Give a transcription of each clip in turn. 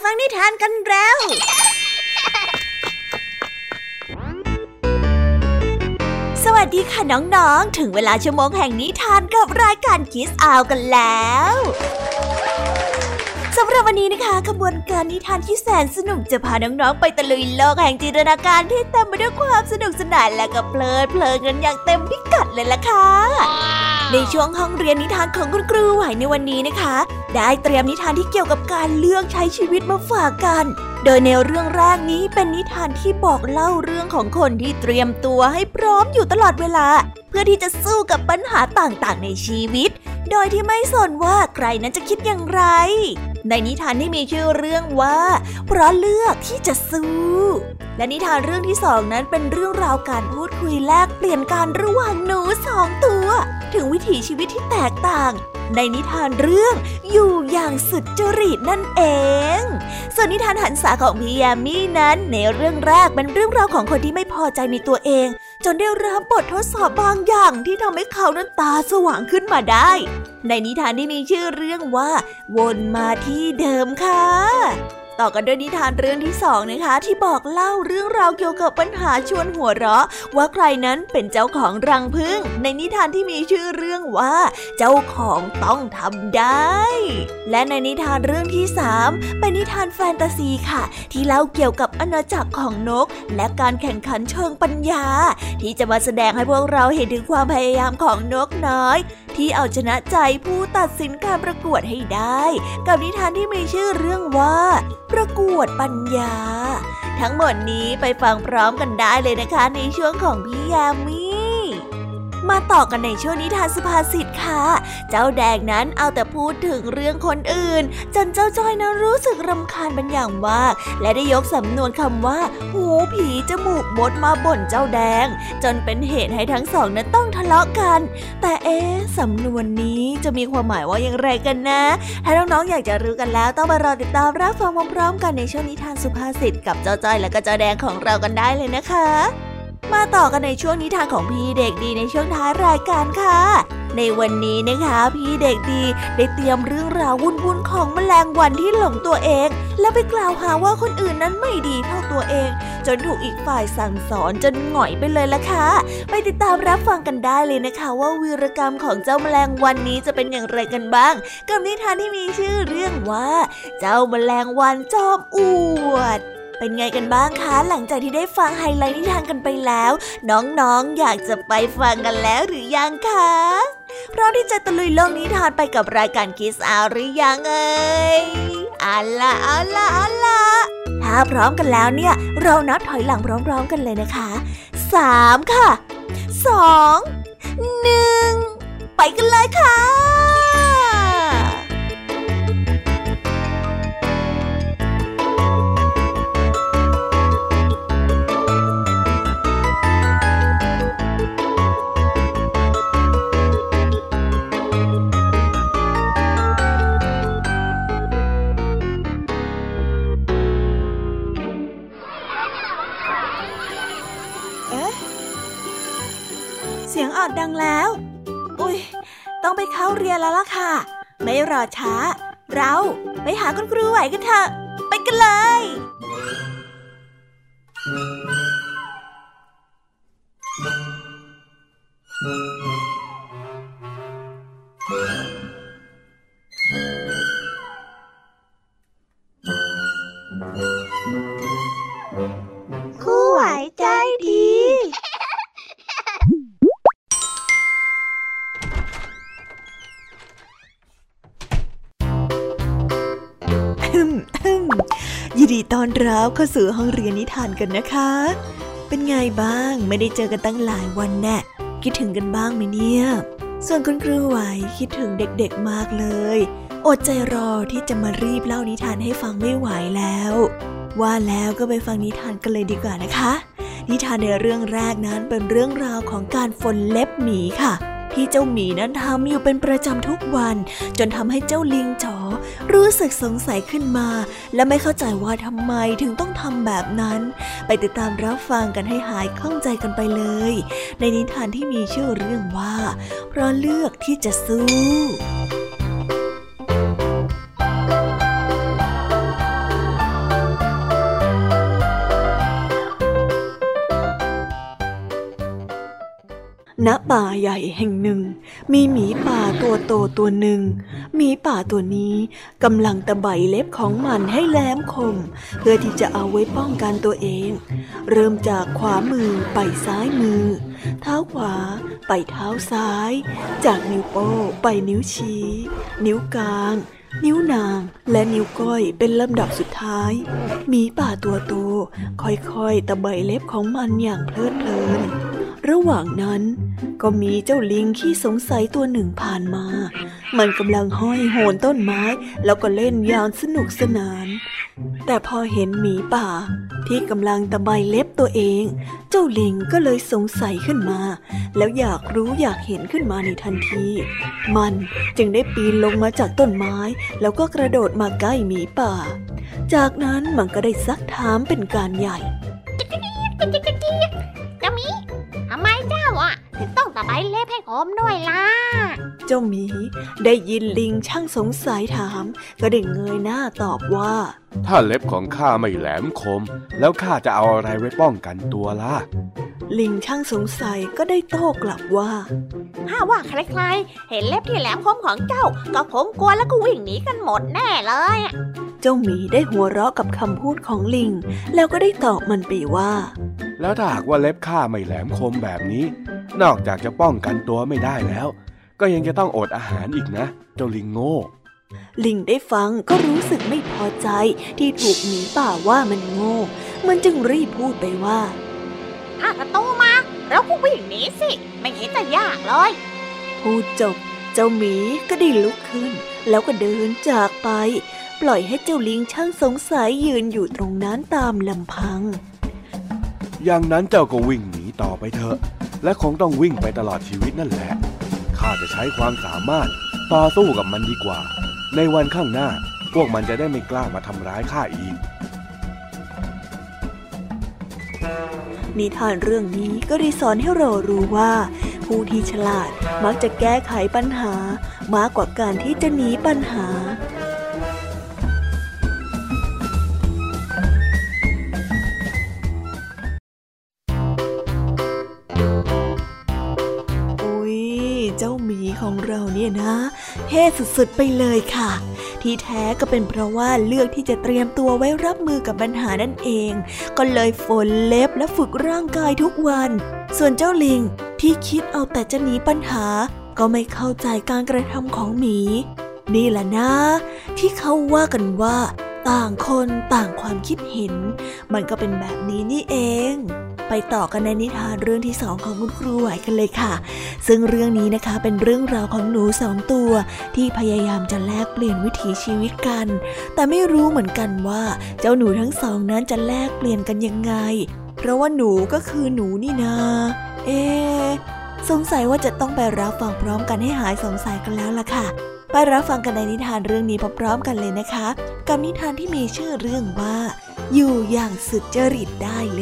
ฟังนิทานกันแล้วสวัสดีค่ะน้องๆถึงเวลาชั่วโมงแห่งนิทานกับรายการ Kids Hour กันแล้วสำหรับวันนี้นะคะขบวนการนิทานที่แสนสนุกจะพาน้องๆไปตะลุยโลกแห่งจินตนาการที่เต็มไปด้วยความสนุกสนานและก็เพลิดกันอย่างเต็มพิกัดเลยล่ะค่ะในช่วงห้องเรียนนิทานของคุณครูไหวในวันนี้นะคะได้เตรียมนิทานที่เกี่ยวกับการเลือกใช้ชีวิตมาฝากกันโดยในเรื่องแรกนี้เป็นนิทานที่บอกเล่าเรื่องของคนที่เตรียมตัวให้พร้อมอยู่ตลอดเวลาเพื่อที่จะสู้กับปัญหาต่างๆในชีวิตโดยที่ไม่สนว่าใครนั้นจะคิดอย่างไรในนิทานที่มีชื่อเรื่องว่าเพราะเลือกที่จะสู้และนิทานเรื่องที่2นั้นเป็นเรื่องราวการพูดคุยแลกเปลี่ยนกันระหว่างหนู2ตัวถึงวิถีชีวิตที่แตกต่างในนิทานเรื่องอยู่อย่างสุจริตนั่นเองส่วนนิทานหันษาของพี่ยามีนั้นในเรื่องแรกเป็นเรื่องราวของคนที่ไม่พอใจในตัวเองจนได้รับบททดสอบบางอย่างที่ทำให้เขานั้นตาสว่างขึ้นมาได้ในนิทานที่มีชื่อเรื่องว่าวนมาที่เดิมค่ะต่อกันด้วยนิทานเรื่องที่2นะคะที่บอกเล่าเรื่องราวเกี่ยวกับปัญหาชวนหัวเราะว่าใครนั้นเป็นเจ้าของรังผึ้งในนิทานที่มีชื่อเรื่องว่าเจ้าของต้องทำได้และในนิทานเรื่องที่3เป็นนิทานแฟนตาซีค่ะที่เล่าเกี่ยวกับอาณาจักรของนกและการแข่งขันเชิงปัญญาที่จะมาแสดงให้พวกเราเห็นถึงความพยายามของนกน้อยที่เอาชนะใจผู้ตัดสินการประกวดให้ได้กับนิทานที่มีชื่อเรื่องว่าประกวดปัญญาทั้งหมดนี้ไปฟังพร้อมกันได้เลยนะคะในช่วงของพี่ยามีมาต่อกันในช่วงนิทานสุภาษิตค่ะเจ้าแดงนั้นเอาแต่พูดถึงเรื่องคนอื่นจนเจ้าจ้อยนั้นรู้สึกรำคาญเป็นอย่างมากและได้ยกสำนวนคำว่าหูผีจมูกมดมาบ่นเจ้าแดงจนเป็นเหตุให้ทั้งสองนั้นต้องทะเลาะกันแต่สำนวนนี้จะมีความหมายว่าอย่างไรกันนะถ้าน้องๆอยากจะรู้กันแล้วต้องมารอติดตามรับฟังพร้อมๆกันในช่วงนิทานสุภาษิตกับเจ้าจ้อยและก็เจ้าแดงของเรากันได้เลยนะคะมาต่อกันในช่วงนิทานของพี่เด็กดีในช่วงท้ายรายการค่ะในวันนี้นะคะพี่เด็กดีได้เตรียมเรื่องราววุ่นๆของแมลงวันที่หลงตัวเองและไปกล่าวหาว่าคนอื่นนั้นไม่ดีเท่าตัวเองจนถูกอีกฝ่ายสั่งสอนจนหงอยไปเลยล่ะค่ะไปติดตามรับฟังกันได้เลยนะคะว่าวีรกรรมของเจ้าแมลงวันนี้จะเป็นอย่างไรกันบ้างกับนิทานที่มีชื่อเรื่องว่าเจ้าแมลงวันจอมอวดเป็นไงกันบ้างคะหลังจากที่ได้ฟังไฮไลท์นิทานกันไปแล้วน้องๆอยากจะไปฟังกันแล้วหรือยังคะพร้อมที่จะตะลุยโลกนิทานไปกับรายการ Kids Hour หรือยังเอ่ยเอาล่ะถ้าพร้อมกันแล้วเนี่ยเรานับถอยหลังพร้อมๆกันเลยนะคะ3ค่ะ2 1ไปกันเลยค่ะเสียงออดดังแล้วอุ๊ยต้องไปเข้าเรียนแล้วล่ะค่ะไม่รอช้าเราไปหาคุณครูไหวกันเถอะไปกันเลยครูไหวใจดียินดีต้อนรับเข้าสู่ห้องเรียนนิทานกันนะคะเป็นไงบ้างไม่ได้เจอกันตั้งหลายวันแน่คิดถึงกันบ้างไหมเนี่ยส่วนคุณครูไหวคิดถึงเด็กๆมากเลยอดใจรอที่จะมารีบเล่านิทานให้ฟังไม่ไหวแล้วว่าแล้วก็ไปฟังนิทานกันเลยดีกว่านะคะนิทานในเรื่องแรกนั้นเป็นเรื่องราวของการฝนเล็บหมีค่ะที่เจ้าหมีนั้นทำอยู่เป็นประจำทุกวันจนทำให้เจ้าลิงจ๋อรู้สึกสงสัยขึ้นมาและไม่เข้าใจว่าทำไมถึงต้องทำแบบนั้นไปติดตามรับฟังกันให้หายข้องใจกันไปเลยในนิทานที่มีชื่อเรื่องว่าเพราะเลือกที่จะสู้ณป่าใหญ่แห่งหนึ่งมีหมีป่าตัวโตตัวหนึ่งหมีป่าตัวนี้กำลังตะไบเล็บของมันให้แหลมคมเพื่อที่จะเอาไว้ป้องกันตัวเองเริ่มจากขวามือไปซ้ายมือเท้าขวาไปเท้าซ้ายจากนิ้วโป้งไปนิ้วชี้นิ้วกลางนิ้วนางและนิ้วก้อยเป็นลำดับสุดท้ายหมีป่าตัวโตค่อยๆตะไบเล็บของมันอย่างเพลิดเพลินระหว่างนั้นก็มีเจ้าลิงขี้สงสัยตัวหนึ่งผ่านมามันกำลังห้อยโหนต้นไม้แล้วก็เล่นอย่างสนุกสนานแต่พอเห็นหมีป่าที่กำลังตะไบเล็บตัวเองเจ้าลิงก็เลยสงสัยขึ้นมาแล้วอยากรู้อยากเห็นขึ้นมาในทันทีมันจึงได้ปีนลงมาจากต้นไม้แล้วก็กระโดดมาใกล้หมีป่าจากนั้นมันก็ได้ซักถามเป็นการใหญ่เจ้าหมีทำไมเจ้าถึงต้องตะไบเล็บให้ผมด้วยล่ะเจ้าหมีได้ยินลิงช่างสงสัยถามก็ได้เงยหน้าตอบว่าถ้าเล็บของข้าไม่แหลมคมแล้วข้าจะเอาอะไรไว้ป้องกันตัวล่ะลิงช่างสงสัยก็ได้โต้กลับว่าถ้าว่าใครๆเห็นเล็บที่แหลมคมของเจ้าก็คงกลัวแล้วก็วิ่งหนีกันหมดแน่เลยเจ้าหมีได้หัวเราะกับคำพูดของลิงแล้วก็ได้ตอบมันไปว่าแล้วถ้าหากว่าเล็บข้าไม่แหลมคมแบบนี้นอกจากจะป้องกันตัวไม่ได้แล้วก็ยังจะต้องอดอาหารอีกนะเจ้าลิงโง่ลิงได้ฟังก็รู้สึกไม่พอใจที่ถูกหมีป่าว่ามันโง่มันจึงรีบพูดไปว่าถ้าโตมาเราก็วิ่งหนีสิไม่เห็นจะยากเลยพูดจบเจ้าหมีก็ได้ลุกขึ้นแล้วก็เดินจากไปปล่อยให้เจ้าลิงช่างสงสัยยืนอยู่ตรงนั้นตามลำพังอย่างนั้นเจ้าก็วิ่งหนีต่อไปเถอะและคงต้องวิ่งไปตลอดชีวิตนั่นแหละข้าจะใช้ความสามารถต่อสู้กับมันดีกว่าในวันข้างหน้าพวกมันจะได้ไม่กล้ามาทำร้ายข้าอีกนิทานเรื่องนี้ก็ได้สอนให้เรารู้ว่าผู้ที่ฉลาดมักจะแก้ไขปัญหามากกว่าการที่จะหนีปัญหาเจ้าหมีของเราเนี่ยนะเท่สุดๆไปเลยค่ะที่แท้ก็เป็นเพราะว่าเลือกที่จะเตรียมตัวไว้รับมือกับปัญหานั่นเองก็เลยฝนเล็บและฝึกร่างกายทุกวันส่วนเจ้าลิงที่คิดเอาแต่จะหนีปัญหาก็ไม่เข้าใจการกระทำของหมีนี่แหละนะที่เขาว่ากันว่าต่างคนต่างความคิดเห็นมันก็เป็นแบบนี้นี่เองไปต่อกันในนิทานเรื่องที่2ของคุณครูไหวกันเลยค่ะซึ่งเรื่องนี้นะคะเป็นเรื่องราวของหนู2ตัวที่พยายามจะแลกเปลี่ยนวิถีชีวิตกันแต่ไม่รู้เหมือนกันว่าเจ้าหนูทั้งสองนั้นจะแลกเปลี่ยนกันยังไงเพราะว่าหนูก็คือหนูนี่นาสงสัยว่าจะต้องไปรับฟังพร้อมกันให้หายสงสัยกันแล้วล่ะค่ะไปรับฟังกันในนิทานเรื่องนี้พร้อมๆกันเลยนะคะกับนิทานที่มีชื่อเรื่องว่าอยู่อย่างสุจริตได้เลย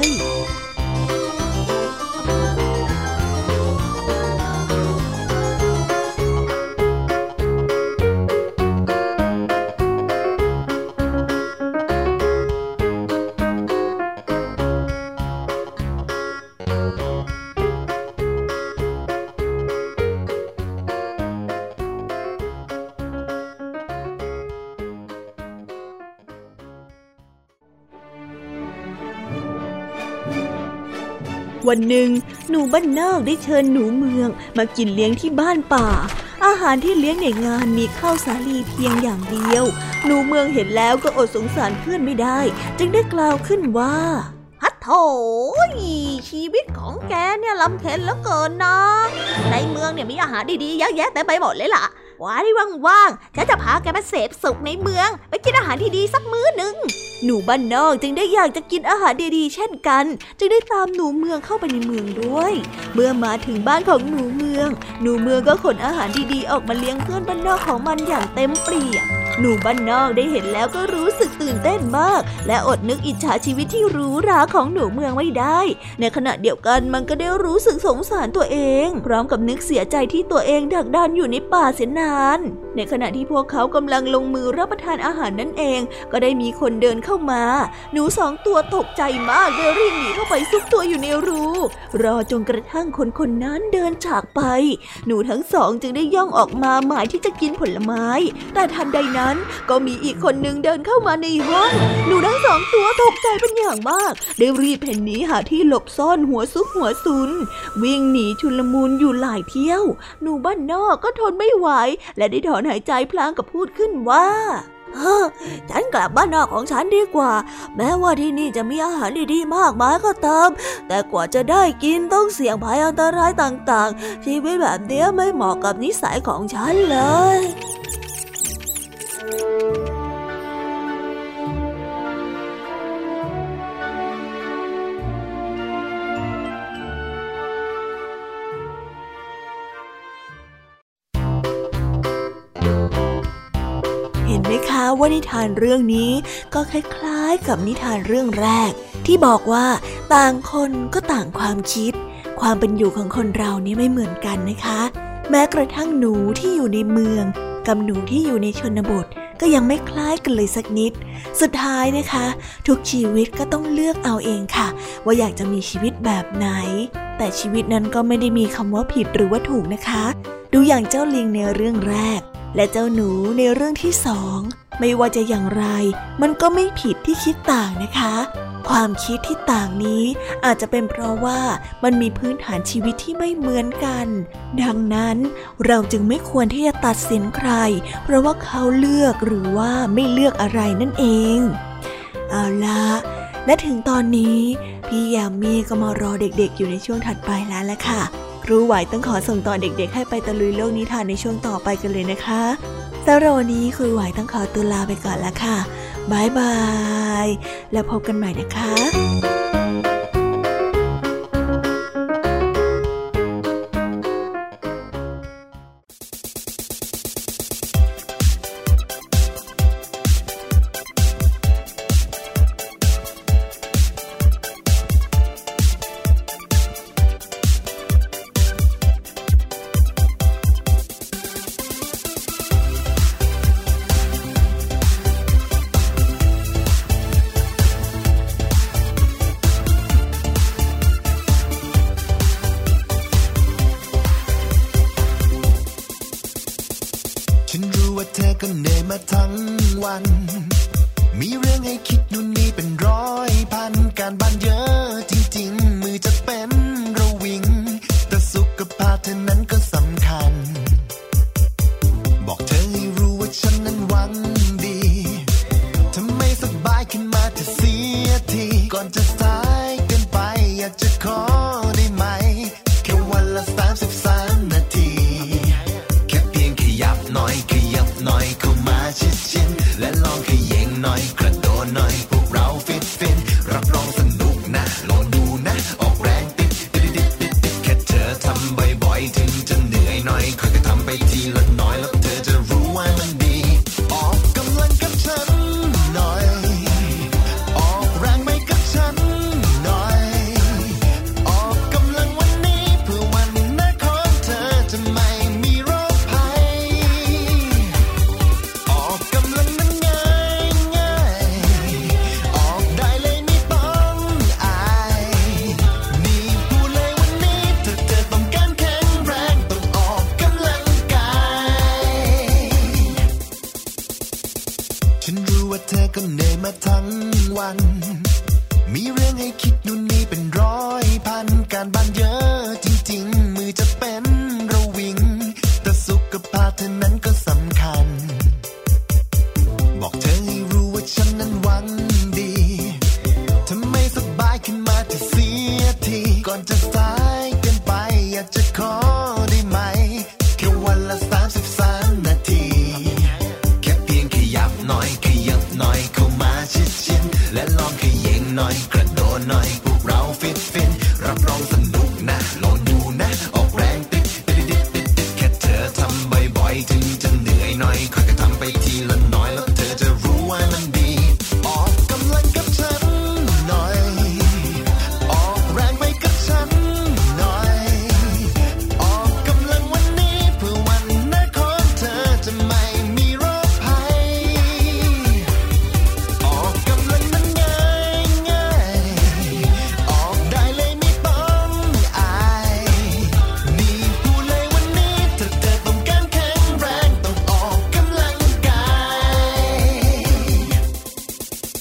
วันหนึ่งหนูบ้านนอกได้เชิญหนูเมืองมากินเลี้ยงที่บ้านป่าอาหารที่เลี้ยงในงานมีข้าวสาลีเพียงอย่างเดียวหนูเมืองเห็นแล้วก็อดสงสารเพื่อนไม่ได้จึงได้กล่าวขึ้นว่าฮัทโถชีวิตของแกเนี่ยลำเค็ญเหลือเกินนะในเมืองเนี่ยมีอาหารดีๆเยอะแยะเต็มไปหมดเลยล่ะไว้ว่างๆฉันจะพาแกมาเสพสุขในเมืองไปกินอาหารที่ดีสักมื้อนึงหนูบ้านนอกจึงได้อยากจะกินอาหารดีๆเช่นกันจึงได้ตามหนูเมืองเข้าไปในเมืองด้วยเมื่อมาถึงบ้านของหนูเมืองก็ขนอาหารดีๆออกมาเลี้ยงเพื่อนบ้านนอกของมันอย่างเต็มเปี่ยมหนุ่มบ้านนอกได้เห็นแล้วก็รู้สึกตื่นเต้นมากและอดนึกอิจฉาชีวิตที่หรูหราของหนูเมืองไม่ได้ในขณะเดียวกันมันก็ได้รู้สึกสงสารตัวเองพร้อมกับนึกเสียใจที่ตัวเองดักดานอยู่ในป่าเสียนานในขณะที่พวกเขากำลังลงมือรับประทานอาหารนั่นเองก็ได้มีคนเดินเข้ามาหนู2 ตัวตกใจมากเลยรีบหนีเข้าไปซุกตัวอยู่ในรูรอจนกระทั่งคนนั้นเดินจากไปหนูทั้ง2จึงได้ย่องออกมาหมายที่จะกินผลไม้แต่ทันใดนั้นก็มีอีกคนนึงเดินเข้ามาในห้องหนูทั้ง2 ตัวตกใจเป็นอย่างมากได้รีบเพ่นหนีหาที่หลบซ่อนหัวซุกหัวซุนวิ่งหนีชุลมุนอยู่หลายเที่ยวหนูบ้านนอกก็ทนไม่ไหวและได้ถอนหายใจพลางกับพูดขึ้นว่าฉันกลับบ้านนอกของฉันดีกว่าแม้ว่าที่นี่จะมีอาหารดีๆมากมายก็ตามแต่กว่าจะได้กินต้องเสี่ยงภัยอันตรายต่างๆชีวิตแบบนี้ไม่เหมาะกับนิสัยของฉันเลยเห็นไหมคะว่านิทานเรื่องนี้ก็คล้ายๆกับนิทานเรื่องแรกที่บอกว่าต่างคนก็ต่างความคิดความเป็นอยู่ของคนเรานี่ไม่เหมือนกันนะคะแม้กระทั่งหนูที่อยู่ในเมืองกับหนูที่อยู่ในชนบทก็ยังไม่คล้ายกันเลยสักนิดสุดท้ายนะคะทุกชีวิตก็ต้องเลือกเอาเองค่ะว่าอยากจะมีชีวิตแบบไหนแต่ชีวิตนั้นก็ไม่ได้มีคำว่าผิดหรือว่าถูกนะคะดูอย่างเจ้าลิงในเรื่องแรกและเจ้าหนูในเรื่องที่2ไม่ว่าจะอย่างไรมันก็ไม่ผิดที่คิดต่างนะคะความคิดที่ต่างนี้อาจจะเป็นเพราะว่ามันมีพื้นฐานชีวิตที่ไม่เหมือนกันดังนั้นเราจึงไม่ควรที่จะตัดสินใครเพราะว่าเขาเลือกหรือว่าไม่เลือกอะไรนั่นเองเอาล่ะและถึงตอนนี้พี่ยามีก็มารอเด็กๆอยู่ในช่วงถัดไปแล้วล่ะค่ะครูไหวต้องขอส่งต่อเด็กๆให้ไปตะลุยโลกนิทานในช่วงต่อไปกันเลยนะคะสำหรับวันนี้ครูไหวต้องขอตัวลาไปก่อนแล้วค่ะบ๊ายบายแล้วพบกันใหม่นะคะถึงจะเหนื่อยหน่อยค่อยๆทำไปทีละน้อย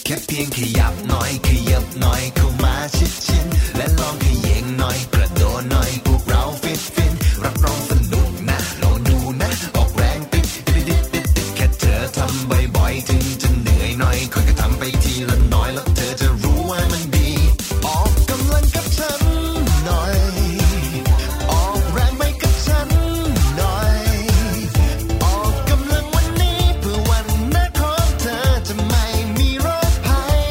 ค่เพียงขยับหน่อยขยับหน่อยเข้ามาชิดๆและลองขยิงหน่อยกระโดดหน่อยพวกเราฟินรับรองสนุกนะลองดูนะออกแรงติดแค่เธอทำบ่อยๆถึงจะเหนื่อยหน่อยค่อยๆทำไปทีละน้อยแล้วเธอจะรู้ว่ามันดีออกกำลังกับฉันหน่อยออกแรงไปกับฉันหน่อยออกกำลังวันนี้เพื่อวันหน้าของเธอจะไม่มีโรคภัย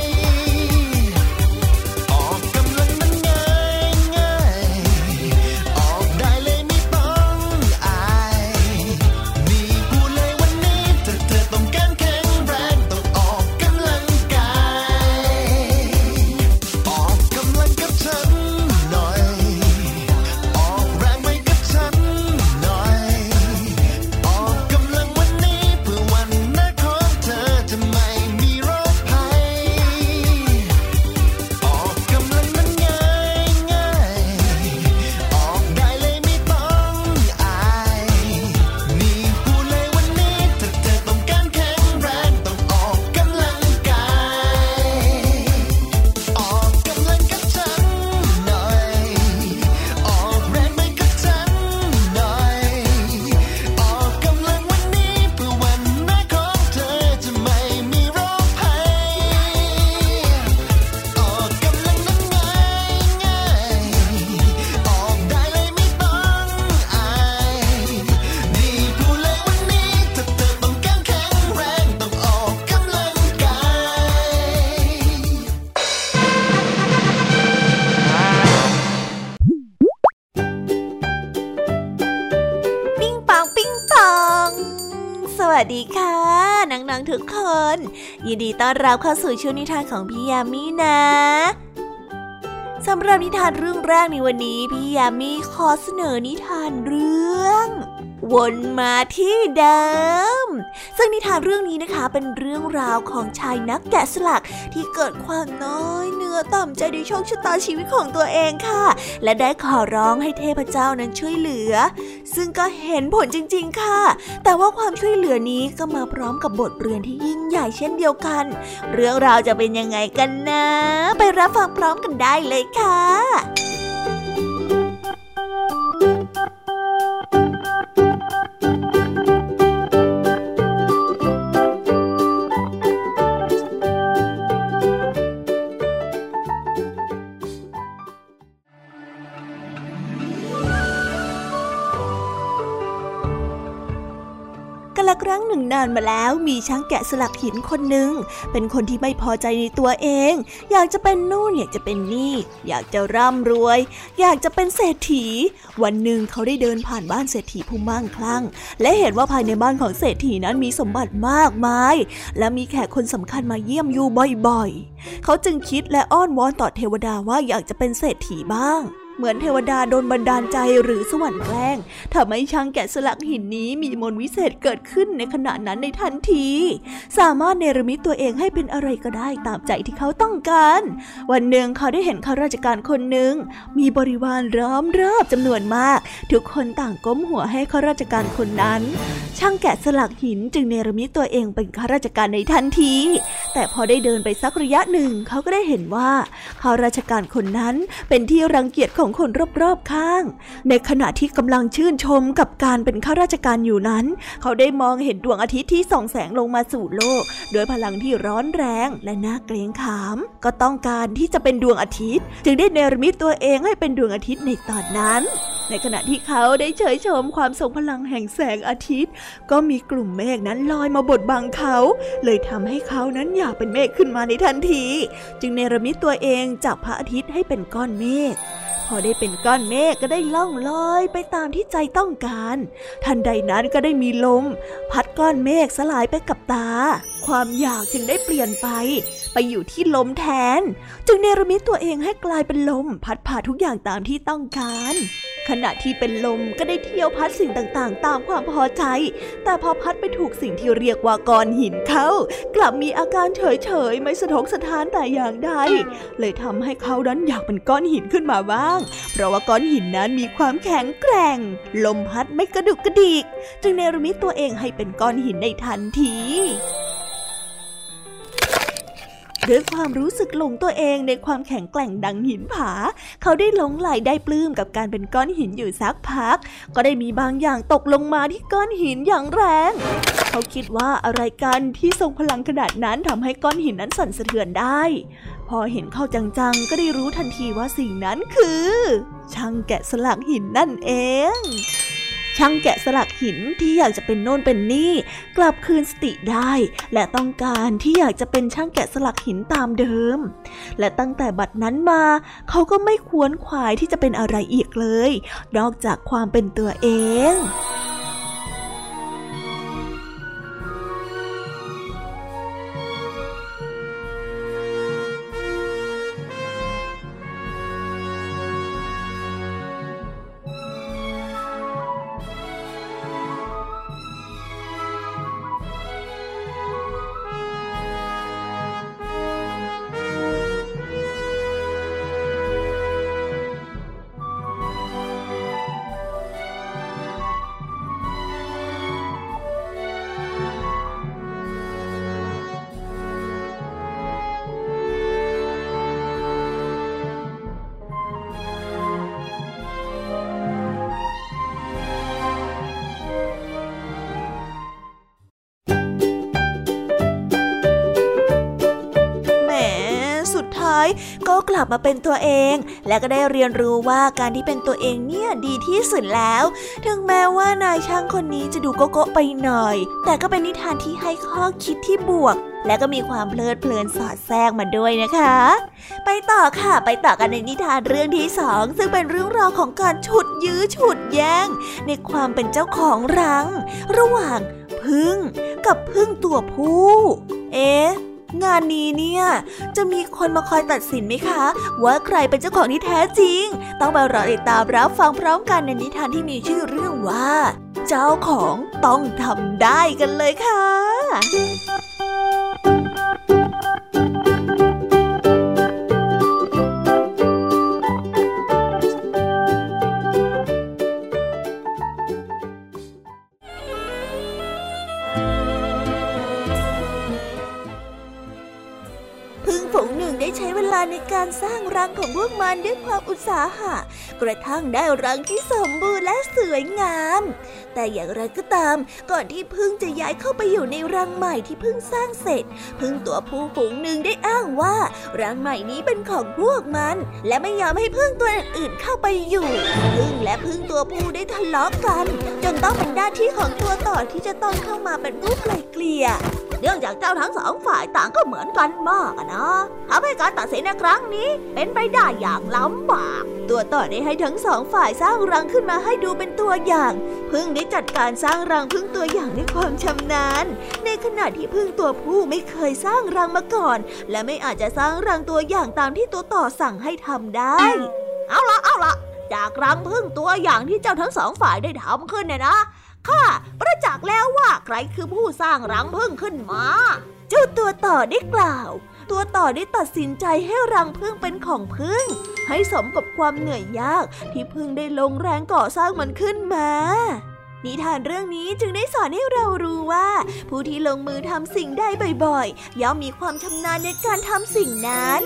ออกกำลังมันง่ายออกได้เลยไม่ต้องอายนี่พูดเลยวันนี้ถ้าเธอต้องการแข็งแรงต้องออกกำลังกายออกกำลังกับฉันหน่อยออกแรงไปกับฉันหน่อยออกกำลังวันนี้เพื่อวันหน้าของเธอจะไม่มีโรคภัยออกกำลังมันง่ายออกได้เลยไม่ต้องอายนี่พูดเลยวันนี้ถ้าเธอต้องการแข็งแรงต้องออกกำลังกายออกกำลังกับฉันหน่อยออกแรงไปกับฉันหน่อยออกกำลังวันนี้เพื่อวันหน้าของเธอจะไม่มีโรคภัยออกกำลังนั้นง่ายออกได้เลยไม่ต้องอายนี่พูดเลยวันนี้ถ้าเธอต้องการแข็งแรงต้องออกกำลังกายปิ้งปองปิ้งปองสวัสดีค่ะน้องๆทุกคนยินดีต้อนรับเข้าสู่ช่วงนิทานของพี่ยามีนะสำหรับนิทานเรื่องแรกในวันนี้พี่ยามีขอเสนอนิทานเรื่องวนมาที่เดิมซึ่งนิทานเรื่องนี้นะคะเป็นเรื่องราวของชายนักแกะสลักที่เกิดความน้อยเนื้อต่ำใจในโชคชะตาชีวิตของตัวเองค่ะและได้ขอร้องให้เทพเจ้านั้นช่วยเหลือซึ่งก็เห็นผลจริงๆค่ะแต่ว่าความช่วยเหลือนี้ก็มาพร้อมกับบทเรียนที่ยิ่งใหญ่เช่นเดียวกันเรื่องราวจะเป็นยังไงกันนะไปรับฟังพร้อมกันได้เลยค่ะ ละครั้งหนึ่งนานมาแล้วมีช่างแกะสลักหินคนหนึ่งเป็นคนที่ไม่พอใจในตัวเองอยากจะเป็นนู่นอยากจะเป็นนี่อยากจะร่ำรวยอยากจะเป็นเศรษฐีวันหนึ่งเขาได้เดินผ่านบ้านเศรษฐีผู้มั่งคั่งและเห็นว่าภายในบ้านของเศรษฐีนั้นมีสมบัติมากมายและมีแขกคนสำคัญมาเยี่ยมอยู่บ่อยๆเขาจึงคิดและอ้อนวอนต่อเทวดาว่าอยากจะเป็นเศรษฐีบ้างเหมือนเทวดาโดนบันดาลใจหรือสวรรค์แกล้งทำให้ช่างแกะสลักหินนี้มีมนต์วิเศษเกิดขึ้นในขณะนั้นในทันทีสามารถเนรมิตตัวเองให้เป็นอะไรก็ได้ตามใจที่เขาต้องการวันหนึ่งเขาได้เห็นข้าราชการคนหนึ่งมีบริวารล้อมรอบจำนวนมากทุกคนต่างก้มหัวให้ข้าราชการคนนั้นช่างแกะสลักหินจึงเนรมิตตัวเองเป็นข้าราชการในทันทีแต่พอได้เดินไปสักระยะหนึ่งเขาก็ได้เห็นว่าข้าราชการคนนั้นเป็นที่รังเกียจของคนรอบๆข้างในขณะที่กำลังชื่นชมกับการเป็นข้าราชการอยู่นั้นเขาได้มองเห็นดวงอาทิตย์ที่ส่องแสงลงมาสู่โลกโดยพลังที่ร้อนแรงและน่าเกรงขามก็ต้องการที่จะเป็นดวงอาทิตย์จึงได้เนรมิตตัวเองให้เป็นดวงอาทิตย์ในตอนนั้นในขณะที่เขาได้เฉยชมความทรงพลังแห่งแสงอาทิตย์ก็มีกลุ่มเมฆนั้นลอยมาบดบังเขาเลยทำให้เขานั้นอยากเป็นเมฆขึ้นมาในทันทีจึงเนรมิตตัวเองจากพระอาทิตย์ให้เป็นก้อนเมฆพอได้เป็นก้อนเมฆก็ได้ล่องลอยไปตามที่ใจต้องการทันใดนั้นก็ได้มีลมพัดก้อนเมฆสลายไปกับตาความอยากจึงได้เปลี่ยนไปอยู่ที่ลมแทนจึงเนรมิตตัวเองให้กลายเป็นลมพัดพาทุกอย่างตามที่ต้องการขณะที่เป็นลมก็ได้เที่ยวพัดสิ่งต่างๆตามความพอใจแต่พอพัดไปถูกสิ่งที่เรียกว่าก้อนหินเข้ากลับมีอาการเฉยๆไม่สะทกสะท้านแต่อย่างใดเลยทำให้เขานั้นอยากเป็นก้อนหินขึ้นมาบ้างเพราะว่าก้อนหินนั้นมีความแข็งแกร่งลมพัดไม่กระดุกกระดิกจึงเนรมิตตัวเองให้เป็นก้อนหินในทันทีด้วยความรู้สึกหลงตัวเองในความแข็งแกร่งดังหินผาเขาได้หลงไหลได้ปลื้มกับการเป็นก้อนหินอยู่สักพักก็ได้มีบางอย่างตกลงมาที่ก้อนหินอย่างแรงเขาคิดว่าอะไรกันที่ทรงพลังขนาดนั้นทำให้ก้อนหินนั้นสั่นสะเทือนได้พอเห็นเข้าจังๆก็ได้รู้ทันทีว่าสิ่งนั้นคือช่างแกะสลักหินนั่นเองช่างแกะสลักหินที่อยากจะเป็นโน่นเป็นนี่กลับคืนสติได้และต้องการที่อยากจะเป็นช่างแกะสลักหินตามเดิมและตั้งแต่บัดนั้นมาเขาก็ไม่ขวนขวายที่จะเป็นอะไรอีกเลยนอกจากความเป็นตัวเองก็กลับมาเป็นตัวเองและก็ได้เรียนรู้ว่าการที่เป็นตัวเองเนี่ยดีที่สุดแล้วถึงแม้ว่านายช่างคนนี้จะดูโก๊ะๆไปหน่อยแต่ก็เป็นนิทานที่ให้ข้อคิดที่บวกและก็มีความเพลิดเพลินสอดแทรกมาด้วยนะคะไปต่อค่ะไปต่อกันในนิทานเรื่องที่2ซึ่งเป็นเรื่องราวของการฉุดยื้อฉุดแย่งในความเป็นเจ้าของรังระหว่างผึ้งกับผึ้งตัวผู้งานนี้เนี่ยจะมีคนมาคอยตัดสินไหมคะว่าใครเป็นเจ้าของที่แท้จริงต้องไปรอติดตามรับฟังพร้อมกันในนิทานที่มีชื่อเรื่องว่าเจ้าของต้องทำได้กันเลยค่ะใช้เวลาในการสร้างรังของพวกมันด้วยความอุตสาหะกระทั่งได้รังที่สมบูรณ์และสวยงามแต่อย่างไรก็ตามก่อนที่ผึ้งจะย้ายเข้าไปอยู่ในรังใหม่ที่เพิ่งสร้างเสร็จผึ้งตัวผู้ฝูงหนึ่งได้อ้างว่ารังใหม่นี้เป็นของพวกมันและไม่ยอมให้ผึ้งตัวอื่นเข้าไปอยู่ผึ้งและผึ้งตัวผู้ได้ทะเลาะกันจนต้องเป็นหน้าที่ของตัวต่อที่จะต้องเข้ามาเป็นผู้ไกล่เกลี่ยเนื่องจากเจ้าทั้งสองฝ่ายต่างก็เหมือนกันมากนะทำให้การตัดสินในครั้งนี้เป็นไปได้อย่างลำบากตัวต่อได้ให้ทั้งสองฝ่ายสร้างรังขึ้นมาให้ดูเป็นตัวอย่างผึ้งได้จัดการสร้างรังผึ้งตัวอย่างด้วยความชำนาญในขณะที่ผึ้งตัวผู้ไม่เคยสร้างรังมาก่อนและไม่อาจจะสร้างรังตัวอย่างตามที่ตัวต่อสั่งให้ทำได้เอาล่ะจากรังผึ้งตัวอย่างที่เจ้าทั้งสองฝ่ายได้ทำขึ้นเนี่ยนะข้าประจักษ์แล้วว่าใครคือผู้สร้างรังผึ้งขึ้นมาเจ้าตัวต่อได้กล่าวตัวต่อได้ตัดสินใจให้รังผึ้งเป็นของผึ้งให้สมกับความเหนื่อยยากที่ผึ้งได้ลงแรงก่อสร้างมันขึ้นมานิทานเรื่องนี้จึงได้สอนให้เรารู้ว่าผู้ที่ลงมือทำสิ่งใดบ่อยๆย่อมมีความชำนาญในการทำสิ่งนั้น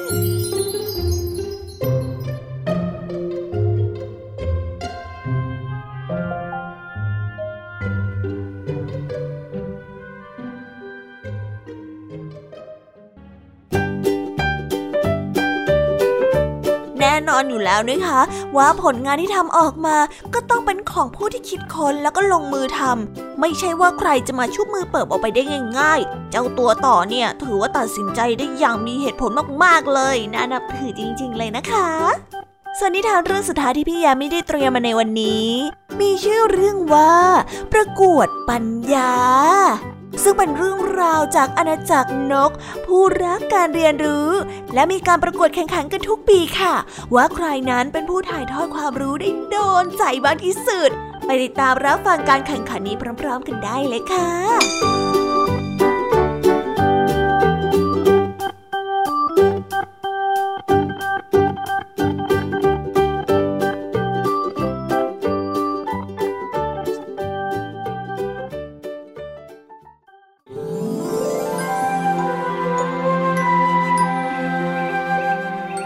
แน่นอนอยู่แล้วนะคะว่าผลงานที่ทำออกมาก็ต้องเป็นของผู้ที่คิดค้นแล้วก็ลงมือทำไม่ใช่ว่าใครจะมาชุบมือเปิบออกไปได้ง่ายๆเจ้าตัวต่อเนี่ยถือว่าตัดสินใจได้อย่างมีเหตุผลมากๆเลยน่านับถือจริงๆเลยนะคะส่วนนิทานเรื่องสุดท้ายที่พี่ยามีได้เตรียมมาในวันนี้มีชื่อเรื่องว่าประกวดปัญญาซึ่งเป็นเรื่องราวจากอาณาจักรนกผู้รักการเรียนรู้และมีการประกวดแข่งขันกันทุกปีค่ะว่าใครนั้นเป็นผู้ถ่ายทอดความรู้ได้โดนใจมากที่สุดไปติดตามรับฟังการแข่งขันนี้พร้อมๆกันได้เลยค่ะ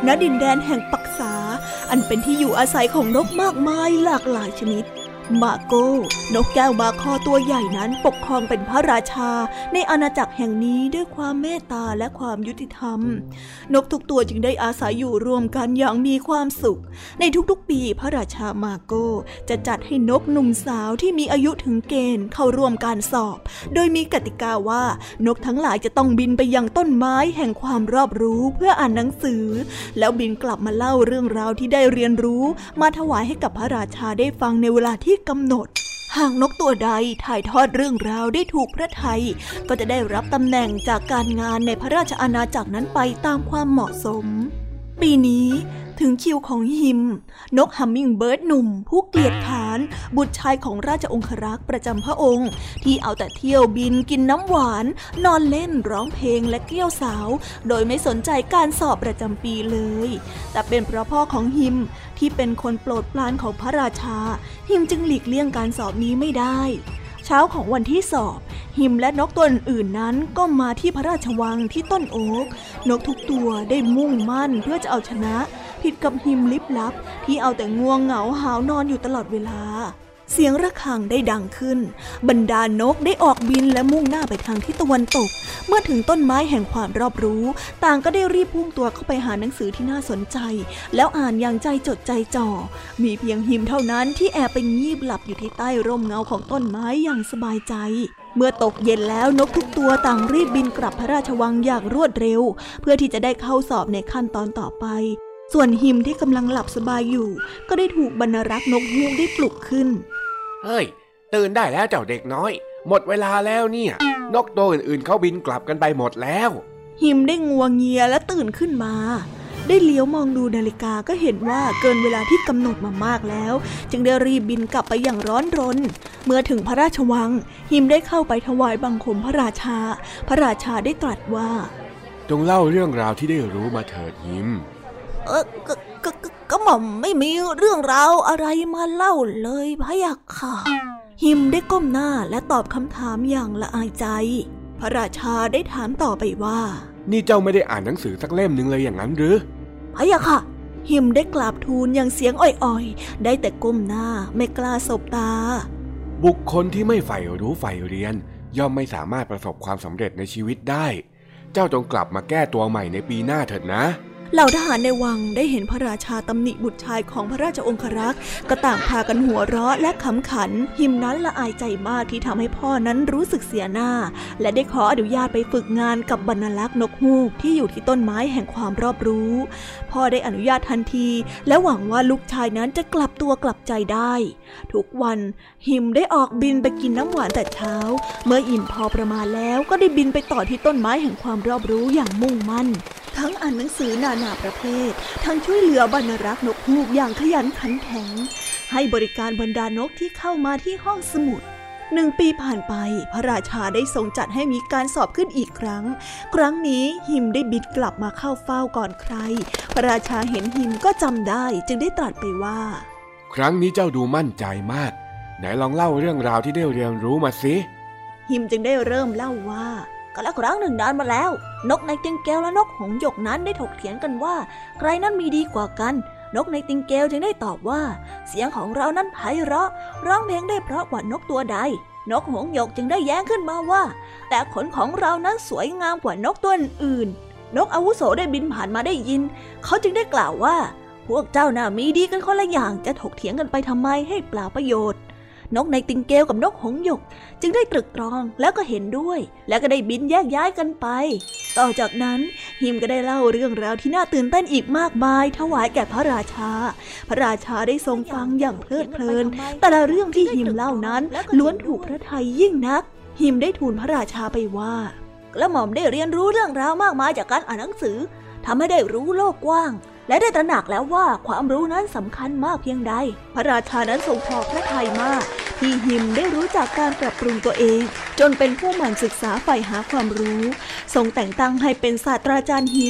ณดินแดนแห่งปักษาอันเป็นที่อยู่อาศัยของนกมากมายหลากหลายชนิดมาโก้นกแก้วมาคอตัวใหญ่นั้นปกครองเป็นพระราชาในอาณาจักรแห่งนี้ด้วยความเมตตาและความยุติธรรมนกทุกตัวจึงได้อาศัยอยู่รวมกันอย่างมีความสุขในทุกๆปีพระราชามาโก้จะจัดให้นกหนุ่มสาวที่มีอายุถึงเกณฑ์เข้าร่วมการสอบโดยมีกติกาว่านกทั้งหลายจะต้องบินไปยังต้นไม้แห่งความรอบรู้เพื่ออ่านหนังสือแล้วบินกลับมาเล่าเรื่องราวที่ได้เรียนรู้มาถวายให้กับพระราชาได้ฟังในเวลาที่กำหนดหากนกตัวใดถ่ายทอดเรื่องราวได้ถูกพระทัยก็จะได้รับตำแหน่งจากการงานในพระราชอาณาจักรนั้นไปตามความเหมาะสมปีนี้ถึงคิวของฮิมนกฮัมมิงเบิร์ดหนุ่มผู้เกลียดค้านบุตรชายของราชองครักษ์ประจำพระองค์ที่เอาแต่เที่ยวบินกินน้ำหวานนอนเล่นร้องเพลงและเกลี้ยวสาวโดยไม่สนใจการสอบประจำปีเลยแต่เป็นเพราะพ่อของฮิมที่เป็นคนโปรดปรานของพระราชาฮิมจึงหลีกเลี่ยงการสอบนี้ไม่ได้เช้าของวันที่สอบฮิมและนกตัวอื่นๆนั้นก็มาที่พระราชวังที่ต้นโอ๊กนกทุกตัวได้มุ่งมั่นเพื่อจะเอาชนะผิดกับฮิมลิบลับที่เอาแต่ง่วงเหงาหาวนอนอยู่ตลอดเวลาเสียงระฆังได้ดังขึ้นบรรดานกได้ออกบินและมุ่งหน้าไปทางทิศตะวันตกเมื่อถึงต้นไม้แห่งความรอบรู้ต่างก็ได้รีบพุ่งตัวเข้าไปหาหนังสือที่น่าสนใจแล้วอ่านอย่างใจจดใจจ่อมีเพียงฮิมเท่านั้นที่แอบไปงีบหลับอยู่ที่ใต้ร่มเงาของต้นไม้อย่างสบายใจเมื่อตกเย็นแล้วนกทุกตัวต่างรีบบินกลับพระราชวังอย่างรวดเร็วเพื่อที่จะได้เข้าสอบในขั้นตอนต่อไปส่วนฮิมที่กำลังหลับสบายอยู่ก็ได้ถูกบรรณารักษ์นกฮูกได้ปลุกขึ้นเฮ้ยตื่นได้แล้วเจ้าเด็กน้อยหมดเวลาแล้วเนี่ยนกตัวอื่นๆเขาบินกลับกันไปหมดแล้วฮิมได้งัวเงียและตื่นขึ้นมาได้เลี้ยวมองดูนาฬิกาก็เห็นว่าเกินเวลาที่กำหนดมามากแล้วจึงได้รีบบินกลับไปอย่างร้อนรนเมื่อถึงพระราชวังฮิมได้เข้าไปถวายบังคมพระราชาพระราชาได้ตรัสว่าจงเล่าเรื่องราวที่ได้รู้มาเถิดฮิมก็หม่อมไม่มีเรื่องราวอะไรมาเล่าเลยพะยะค่ะฮิมได้ก้มหน้าและตอบคำถามอย่างละอายใจพระราชาได้ถามต่อไปว่านี่เจ้าไม่ได้อ่านหนังสือสักเล่มนึงเลยอย่างนั้นหรือพะยะค่ะฮิมได้กราบทูลอย่างเสียงอ่อยๆได้แต่ก้มหน้าไม่กล้าสบตาบุคคลที่ไม่ใฝ่รู้ใฝ่เรียนย่อมไม่สามารถประสบความสำเร็จในชีวิตได้เจ้าจงกลับมาแก้ตัวใหม่ในปีหน้าเถิดนะเหล่าทหารในวังได้เห็นพระราชาตำหนิบุตรชายของพระราชองครักษ์ก็ต่างพากันหัวเราะและขำขันฮิมนั้นละอายใจมากที่ทำให้พ่อนั้นรู้สึกเสียหน้าและได้ขออนุญาตไปฝึกงานกับบรรณารักษ์นกฮูกที่อยู่ที่ต้นไม้แห่งความรอบรู้พ่อได้อนุญาตทันทีและหวังว่าลูกชายนั้นจะกลับตัวกลับใจได้ทุกวันฮิมได้ออกบินไปกินน้ำหวานแต่เช้าเมื่ออิ่มพอประมาณแล้วก็ได้บินไปต่อที่ต้นไม้แห่งความรอบรู้อย่างมุ่งมั่นทั้งอ่านหนังสือนานาประเภททั้งช่วยเหลือบรรณารักษ์นกฮูกอย่างขยันขันแข็งให้บริการบรรดานกที่เข้ามาที่ห้องสมุด1 ปีผ่านไปพระราชาได้ทรงจัดให้มีการสอบขึ้นอีกครั้งนี้ฮิมได้บินกลับมาเข้าเฝ้าก่อนใครพระราชาเห็นฮิมก็จำได้จึงได้ตรัสไปว่าครั้งนี้เจ้าดูมั่นใจมากไหนลองเล่าเรื่องราวที่ได้เรียนรู้มาสิฮิมจึงได้เริ่มเล่าว่าก็แล้วครั้งหนึ่งนานมาแล้วนกไนติงเกลและนกหงส์หยกนั้นได้ถกเถียงกันว่าใครนั้นมีดีกว่ากันนกไนติงเกลจึงได้ตอบว่าเสียงของเรานั้นไพเราะร้องเพลงได้เพราะกว่านกตัวใดนกหงส์หยกจึงได้แย้งขึ้นมาว่าแต่ขนของเรานั้นสวยงามกว่านกตัวอื่นนกอาวุโสได้บินผ่านมาได้ยินเขาจึงได้กล่าวว่าพวกเจ้าน่ะมีดีกันคนละอย่างจะถกเถียงกันไปทำไมให้เปล่าประโยชน์นกไนติงเกลกับนกหงส์หยกจึงได้ตรึกตรองแล้วก็เห็นด้วยแล้วก็ได้บินแยกย้ายกันไปต่อจากนั้นฮิมก็ได้เล่าเรื่องราวที่น่าตื่นเต้นอีกมากมายถวายแก่พระราชาพระราชาได้ทรงฟังอย่างเพลิดเพลินแต่ละเรื่องที่ฮิมเล่านั้นล้วนถูกพระทัยยิ่งนักฮิมได้ทูลพระราชาไปว่ากระหม่อมได้เรียนรู้เรื่องราวมากมายจากการอ่านหนังสือทำให้ได้รู้โลกกว้างและได้ตระหนักแล้วว่าความรู้นั้นสำคัญมากเพียงใดพระราชานั้นทรงพอพระทัยมากที่ฮิมได้รู้จักการปรับปรุงตัวเองจนเป็นผู้หมั่นศึกษาใฝ่หาความรู้ทรงแต่งตั้งให้เป็นศาสตราจารย์ฮิม